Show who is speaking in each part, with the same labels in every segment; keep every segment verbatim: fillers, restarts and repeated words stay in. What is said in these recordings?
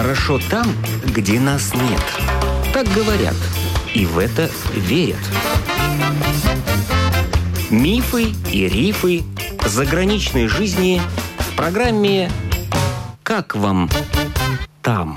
Speaker 1: хорошо там, где нас нет. Так говорят, и в это верят. Мифы и рифы заграничной жизни в программе «Как вам там?».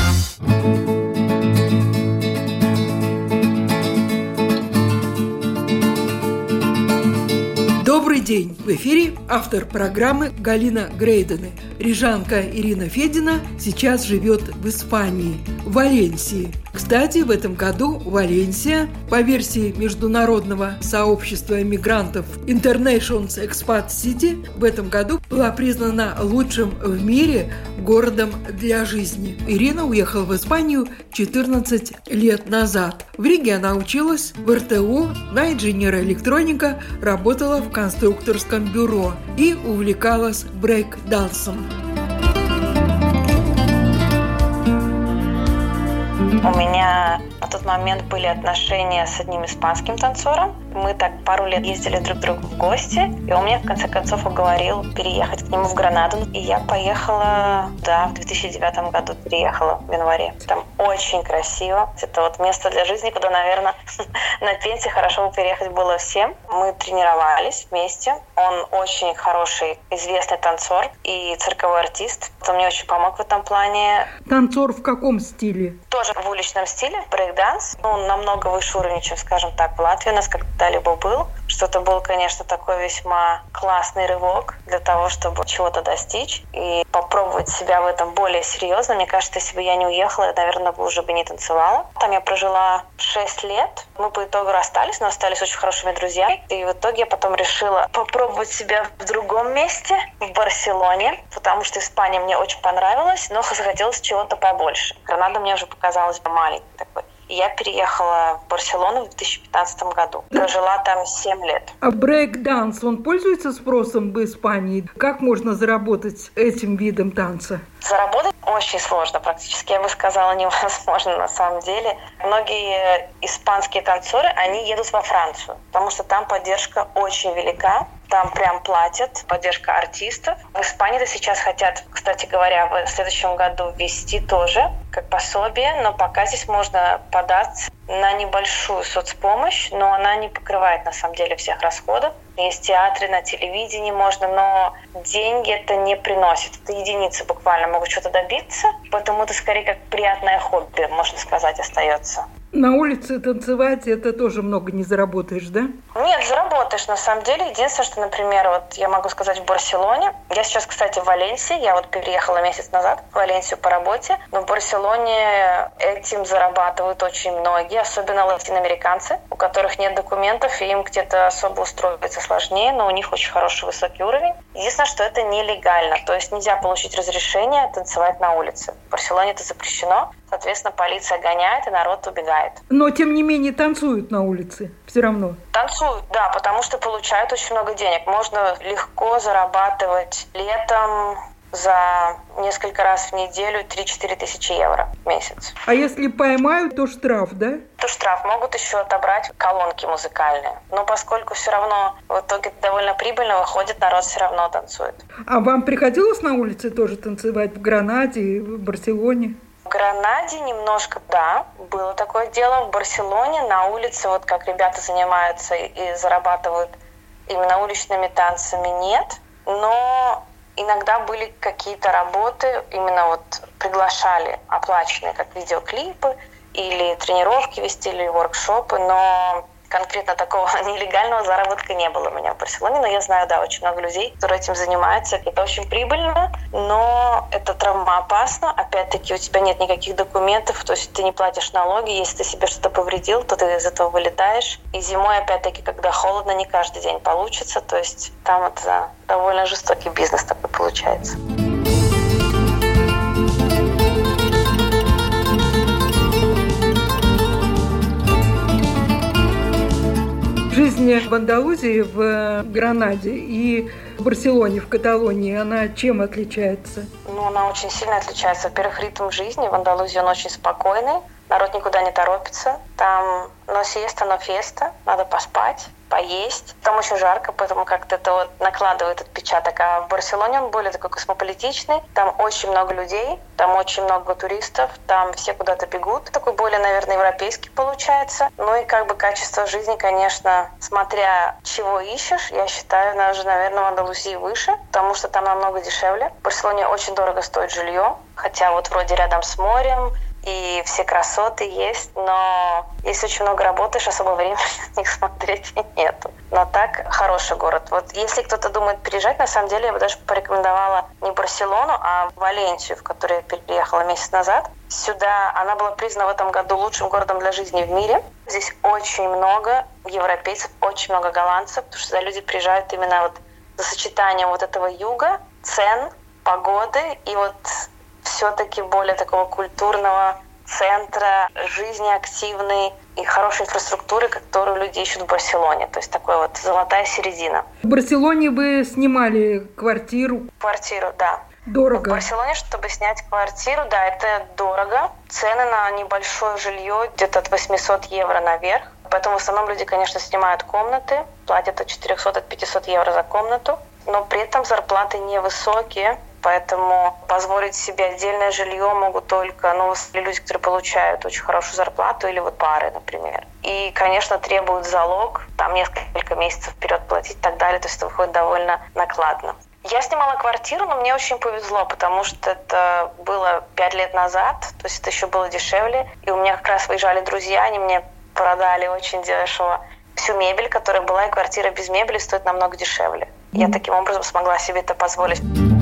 Speaker 2: Добрый день! В эфире автор программы Галина Грейдены. Рижанка Ирина Федина сейчас живет в Испании, в Валенсии. Кстати, в этом году Валенсия, по версии международного сообщества эмигрантов International Expat City, в этом году была признана лучшим в мире городом для жизни. Ирина уехала в Испанию четырнадцать лет назад. В Риге она училась в эр тэ у на инженера-электроника, работала в конструкторском бюро и увлекалась брейк-дансом.
Speaker 3: У меня на тот момент были отношения с одним испанским танцором. Мы так пару лет ездили друг к другу в гости, и он мне в конце концов уговорил переехать к нему в Гранаду. И я поехала, да, в две тысячи девятом году переехала в январе. Там очень красиво. Это вот место для жизни, куда, наверное, на пенсии хорошо бы переехать было всем. Мы тренировались вместе. Он очень хороший, известный танцор и цирковой артист. Он мне очень помог в этом плане.
Speaker 2: Танцор в каком стиле?
Speaker 3: Тоже в уличном стиле, брейк-данс. Он намного выше уровня, чем, скажем так, в Латвии у нас когда-либо был. Что-то был, конечно, такой весьма классный рывок для того, чтобы чего-то достичь и попробовать себя в этом более серьезно. Мне кажется, если бы я не уехала, я, наверное, бы уже бы не танцевала. Там я прожила шесть лет. Мы по итогу расстались, но остались очень хорошими друзьями. И в итоге я потом решила попробовать себя в другом месте, в Барселоне, потому что Испания мне очень понравилась, но захотелось чего-то побольше. Гранада мне уже показалась маленькой такой. И я переехала в Барселону в две тысячи пятнадцатом году. Прожила там семь лет.
Speaker 2: А брейк-данс, он пользуется спросом в Испании? Как можно заработать этим видом танца?
Speaker 3: Заработать очень сложно, практически, я бы сказала, невозможно на самом деле. Многие испанские танцоры, они едут во Францию, потому что там поддержка очень велика. Там прям платят, поддержка артистов. В Испании-то сейчас хотят, кстати говоря, в следующем году ввести тоже как пособие, но пока здесь можно податься на небольшую соцпомощь, но она не покрывает на самом деле всех расходов. Есть театры, на телевидении можно, но деньги это не приносит. Это единицы буквально могут что-то добиться, поэтому это скорее как приятное хобби, можно сказать, остается.
Speaker 2: На улице танцевать это тоже много не заработаешь, да?
Speaker 3: Нет, заработаешь на самом деле. Единственное, что, например, вот я могу сказать в Барселоне. Я сейчас, кстати, в Валенсии. Я вот переехала месяц назад в Валенсию по работе. Но в Барселоне этим зарабатывают очень многие, особенно латиноамериканцы, у которых нет документов, и им где-то особо устроиться сложнее, но у них очень хороший высокий уровень. Единственное, что это нелегально. То есть нельзя получить разрешение танцевать на улице. В Барселоне это запрещено. Соответственно, полиция гоняет, и народ убегает.
Speaker 2: Но, тем не менее, танцуют на улице все равно.
Speaker 3: Танцуют, да, потому что получают очень много денег. Можно легко зарабатывать летом за несколько раз в неделю три-четыре тысячи евро в месяц.
Speaker 2: А если поймают, то штраф, да?
Speaker 3: То штраф. Могут еще отобрать колонки музыкальные. Но поскольку все равно в итоге довольно прибыльно выходит, народ все равно танцует.
Speaker 2: А вам приходилось на улице тоже танцевать в Гранаде, в Барселоне?
Speaker 3: В Гранаде немножко, да, было такое дело. В Барселоне на улице, вот как ребята занимаются и зарабатывают именно уличными танцами, нет. Но иногда были какие-то работы, именно вот приглашали оплаченные, как видеоклипы, или тренировки вести, или воркшопы, но конкретно такого нелегального заработка не было у меня в Барселоне, но я знаю, да, очень много людей, которые этим занимаются. Это очень прибыльно, но это травмоопасно. Опять-таки, у тебя нет никаких документов, то есть ты не платишь налоги. Если ты себе что-то повредил, то ты из этого вылетаешь. И зимой, опять-таки, когда холодно, не каждый день получится. То есть там это довольно жестокий бизнес такой получается.
Speaker 2: Жизнь в Андалузии, в Гранаде и в Барселоне, в Каталонии, она чем отличается?
Speaker 3: Ну, она очень сильно отличается. Во-первых, ритм жизни в Андалузии, он очень спокойный. народ никуда не торопится. Там но сиеста, но феста, надо поспать, поесть. Там очень жарко, поэтому как-то это вот накладывает отпечаток. А в Барселоне он более такой космополитичный. Там очень много людей, там очень много туристов, там все куда-то бегут. Такой более, наверное, европейский получается. Ну и как бы качество жизни, конечно, смотря чего ищешь, я считаю, даже, наверное, в Андалусии выше, потому что там намного дешевле. В Барселоне очень дорого стоит жилье, хотя вот вроде рядом с морем, и все красоты есть, но если очень много работаешь, особо времени на них смотреть нету. Но так, хороший город. Вот если кто-то думает переезжать, на самом деле я бы даже порекомендовала не Барселону, а Валенсию, в которую я переехала месяц назад. Сюда она была признана в этом году лучшим городом для жизни в мире. Здесь очень много европейцев, очень много голландцев, потому что сюда люди приезжают именно вот за сочетанием вот этого юга, цен, погоды и вот все-таки более такого культурного центра, жизни активной и хорошей инфраструктуры, которую люди ищут в Барселоне. То есть такой вот золотая середина.
Speaker 2: В Барселоне вы снимали квартиру?
Speaker 3: Квартиру, да.
Speaker 2: Дорого?
Speaker 3: В Барселоне, чтобы снять квартиру, да, это дорого. Цены на небольшое жилье где-то от восемьсот евро наверх. Поэтому в основном люди, конечно, снимают комнаты, платят от четыреста от пятьсот евро за комнату. Но при этом зарплаты невысокие. Поэтому позволить себе отдельное жилье могут только ну, люди, которые получают очень хорошую зарплату, или вот пары, например. И, конечно, требуют залог, там несколько месяцев вперед платить и так далее, то есть это выходит довольно накладно. Я снимала квартиру, но мне очень повезло, потому что это было пять лет назад, то есть это еще было дешевле. И у меня как раз выезжали друзья, они мне продали очень дешево всю мебель, которая была, и квартира без мебели стоит намного дешевле. Mm-hmm. Я таким образом смогла себе это позволить.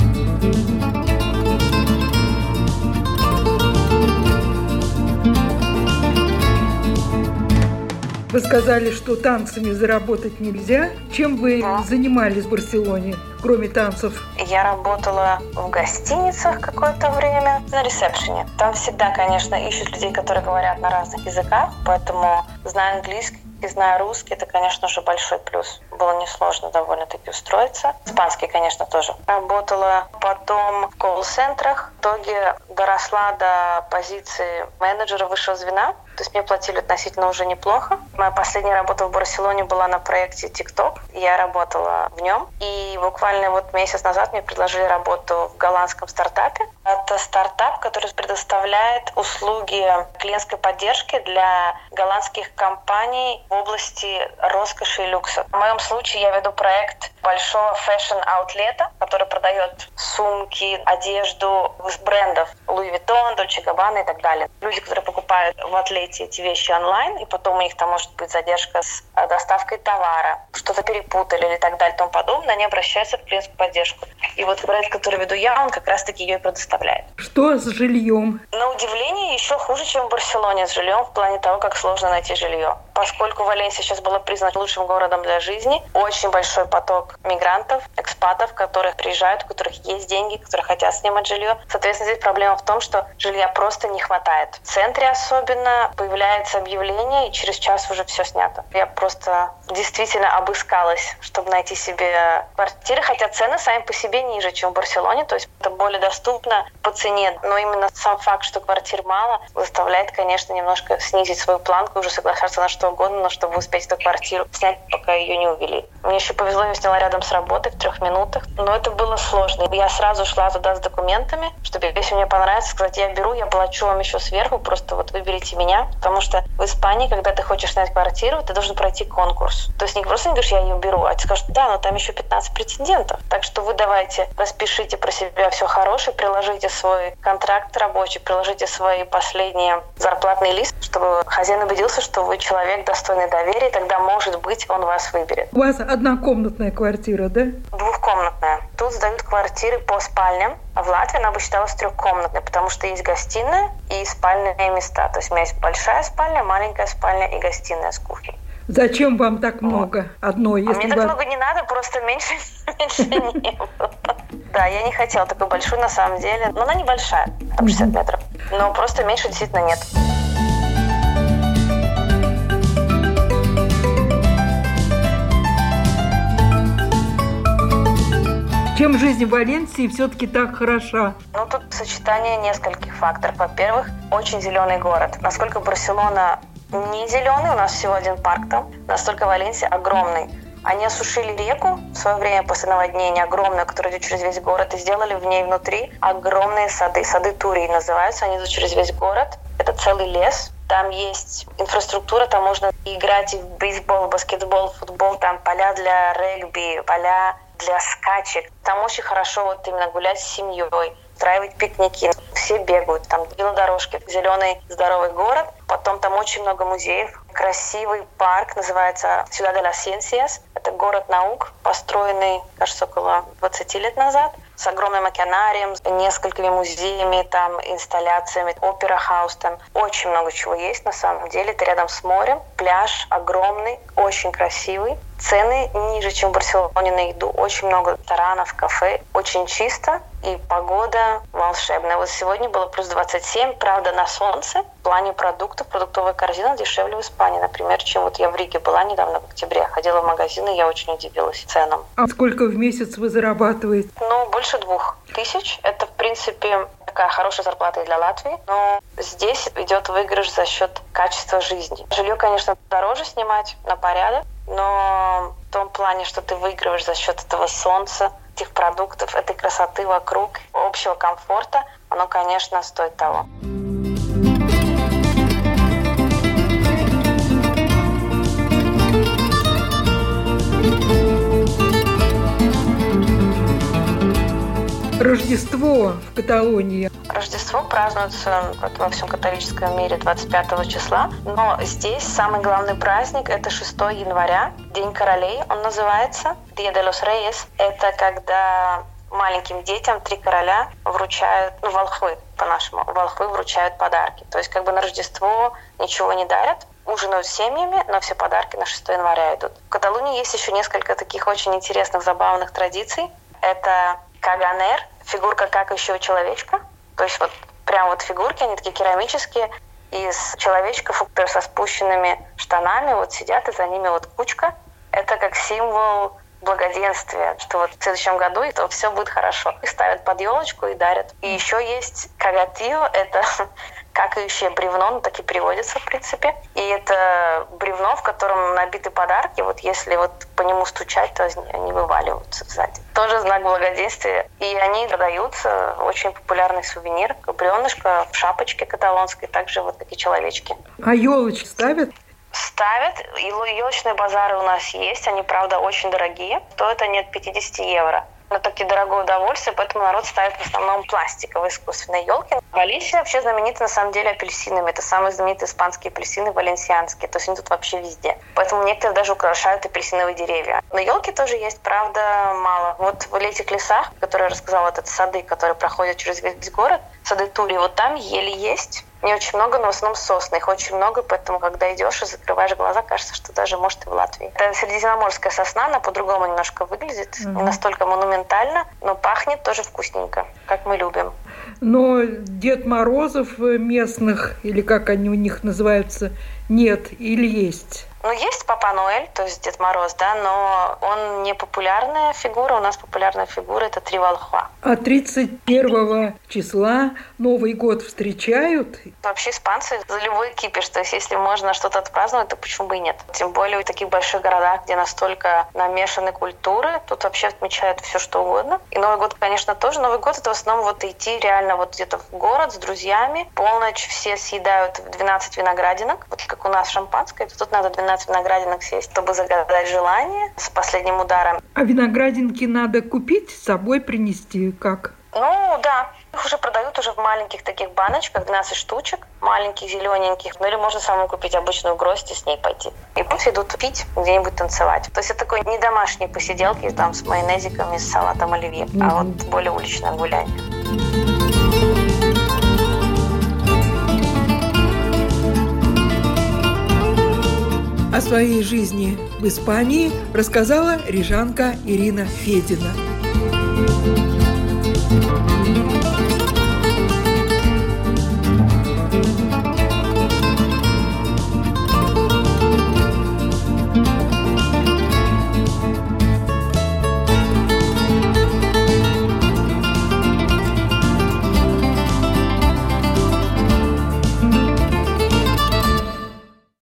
Speaker 2: Вы сказали, что танцами заработать нельзя. Чем вы
Speaker 3: да.
Speaker 2: занимались в Барселоне, кроме танцев?
Speaker 3: Я работала в гостиницах какое-то время на ресепшене. Там всегда, конечно, ищут людей, которые говорят на разных языках, поэтому зная английский, зная русский, это, конечно же, большой плюс. Было несложно довольно-таки устроиться. Испанский, конечно, тоже. Работала потом в колл-центрах. В итоге доросла до позиции менеджера высшего звена. То есть мне платили относительно уже неплохо. Моя последняя работа в Барселоне была на проекте TikTok. Я работала в нем. И буквально вот месяц назад мне предложили работу в голландском стартапе. Это стартап, который предоставляет услуги клиентской поддержки для голландских компаний в области роскоши и люкса. В моем случае я веду проект большого фэшн-аутлета, который продает сумки, одежду из брендов Louis Vuitton, Dolce Gabbana и так далее. Люди, которые покупают в атлете эти вещи онлайн, и потом у них там может быть задержка с доставкой товара, что-то перепутали или так далее и тому подобное, они обращаются в клиентскую поддержку. И вот проект, который веду я, он как раз-таки ее и предоставляет.
Speaker 2: Что с жильем?
Speaker 3: На удивление, еще хуже, чем в Барселоне с жильем в плане того, как сложно найти жилье. Поскольку Валенсия сейчас была признана лучшим городом для жизни, очень большой поток мигрантов, экспатов, которые приезжают, у которых есть деньги, которые хотят снимать жилье. Соответственно, здесь проблема в том, что жилья просто не хватает. В центре особенно появляется объявление, и через час уже все снято. Я просто действительно обыскалась, чтобы найти себе квартиры, хотя цены сами по себе ниже, чем в Барселоне, то есть это более доступно по цене. Но именно сам факт, что квартир мало, заставляет, конечно, немножко снизить свою планку, уже соглашаться на что угодно, но чтобы успеть эту квартиру снять, пока ее не увели. Мне еще повезло, я сняла рядом с работой в трех минутах, но это было сложно. Я сразу шла туда с документами, чтобы, если мне понравится, сказать, я беру, я плачу вам еще сверху, просто вот выберите меня, потому что в Испании, когда ты хочешь снять квартиру, ты должен пройти конкурс. То есть не просто не говоришь, я ее беру, а ты скажешь, да, но там еще пятнадцать претендентов. Так что вы давайте распишите про себя все хорошее, приложите свой контракт рабочий, приложите свои последние зарплатный лист, чтобы хозяин убедился, что вы человек достойный доверия, и тогда, может быть, он вас выберет.
Speaker 2: У вас однокомнатная квартира, да?
Speaker 3: Двухкомнатная. Тут сдают квартиры по спальням. А в Латвии она бы считалась трехкомнатной, потому что есть гостиная и спальные места. То есть у меня есть большая спальня, маленькая спальня и гостиная с кухней.
Speaker 2: Зачем вам так много? Одно, если
Speaker 3: а мне
Speaker 2: вас...
Speaker 3: так много не надо, просто меньше, меньше не было. Да, я не хотела такую большую на самом деле. Но она небольшая, там шестьдесят метров. Но просто меньше действительно нет.
Speaker 2: Чем жизнь в Валенсии все-таки так хороша?
Speaker 3: Ну, тут сочетание нескольких факторов. Во-первых, очень зеленый город. Насколько Барселона не зеленый, у нас всего один парк там, настолько Валенсия огромный. Они осушили реку в свое время после наводнения, огромную, которая идет через весь город, и сделали в ней внутри огромные сады. Сады Турии называются, они идут через весь город. Это целый лес. Там есть инфраструктура, там можно играть и в бейсбол, баскетбол, футбол, там поля для регби, поля для скачек. Там очень хорошо вот именно гулять с семьей, устраивать пикники. Все бегают, там велодорожки, зеленый здоровый город. Потом там очень много музеев. Красивый парк, называется Ciudad de las Ciencias. Это город наук, построенный, кажется, около двадцати лет назад, с огромным океанарием, несколькими музеями, там, инсталляциями, опера-хаус, там очень много чего есть на самом деле. Это рядом с морем, пляж огромный, очень красивый. Цены ниже, чем в Барселоне на еду, очень много ресторанов, кафе, очень чисто и погода волшебная. Вот сегодня было плюс двадцать семь, правда, на солнце. В плане продуктов, продуктовая корзина дешевле в Испании, например, чем вот я в Риге была недавно в октябре, ходила в магазины, я очень удивилась ценам.
Speaker 2: А сколько в месяц вы зарабатываете?
Speaker 3: Ну, больше двух тысяч. Это, в принципе, такая хорошая зарплата и для Латвии, но здесь идет выигрыш за счет качества жизни. Жилье, конечно, дороже снимать на порядок, но в том плане, что ты выигрываешь за счет этого солнца, этих продуктов, этой красоты вокруг, общего комфорта, оно, конечно, стоит того.
Speaker 2: Рождество в Каталонии.
Speaker 3: Рождество празднуется во всем католическом мире двадцать пятого числа, но здесь самый главный праздник – это шестого января, День королей он называется, Día de los Reyes. Это когда маленьким детям три короля вручают, ну, волхвы по-нашему, волхвы вручают подарки. То есть как бы на Рождество ничего не дарят, ужинают с семьями, но все подарки на шестого января идут. В Каталонии есть еще несколько таких очень интересных, забавных традиций. Это каганер, фигурка какающего человечка. То есть вот прям вот фигурки, они такие керамические, из человечков со спущенными штанами, вот сидят, и за ними вот кучка. Это как символ благоденствия, что вот в следующем году это все будет хорошо. Их ставят под елочку и дарят. И еще есть кагатио, это какающее бревно, ну так и переводится в принципе. И это бревно, в котором набиты подарки. Вот если вот по нему стучать, то они вываливаются сзади. Тоже знак благоденствия. И они продаются. Очень популярный сувенир. Бревнышко в шапочке каталонской, также вот такие человечки.
Speaker 2: А елочки ставят?
Speaker 3: Ставят. Елочные базары у нас есть. Они, правда, очень дорогие. Стоят они от пятьдесят евро. Это такие дорогое удовольствие, поэтому народ ставит в основном пластиковые искусственные елки. Валенсия вообще знаменита на самом деле апельсинами. Это самые знаменитые испанские апельсины валенсианские. То есть они тут вообще везде. Поэтому некоторые даже украшают апельсиновые деревья. Но елки тоже есть, правда, мало. Вот в этих лесах, которые я рассказала, это сады, которые проходят через весь город, сады Турии, вот там ели есть. Не очень много, но в основном сосны. Их очень много, поэтому, когда идешь и закрываешь глаза, кажется, что даже, может, и в Латвии. Это средиземноморская сосна, она по-другому немножко выглядит. Mm-hmm. Не настолько монументально, но пахнет тоже вкусненько, как мы любим.
Speaker 2: Но Дед Морозов местных, или как они у них называются, нет или есть?
Speaker 3: Ну, есть Папа Ноэль, то есть Дед Мороз, да, но он не популярная фигура. У нас популярная фигура – это три волхва.
Speaker 2: А тридцать первого числа Новый год встречают?
Speaker 3: Вообще испанцы за любой кипиш. То есть если можно что-то отпраздновать, то почему бы и нет? Тем более в таких больших городах, где настолько намешаны культуры, тут вообще отмечают все, что угодно. И Новый год, конечно, тоже. Новый год – это в основном вот идти реально вот где-то в город с друзьями. Полночь все съедают двенадцать виноградинок. Вот как у нас шампанское, то тут надо двенадцать виноградинок съесть, чтобы загадать желание с последним ударом.
Speaker 2: А виноградинки надо купить, с собой принести? Как?
Speaker 3: Ну, да. Их уже продают уже в маленьких таких баночках, двенадцать штучек, маленьких, зелененьких. Ну, или можно самому купить обычную гроздь и с ней пойти. И после идут пить, где-нибудь танцевать. То есть это такой не домашние посиделки там с майонезиками, с салатом оливье, mm-hmm. а вот более уличное гуляние.
Speaker 2: О своей жизни в Испании рассказала рижанка Ирина Федина.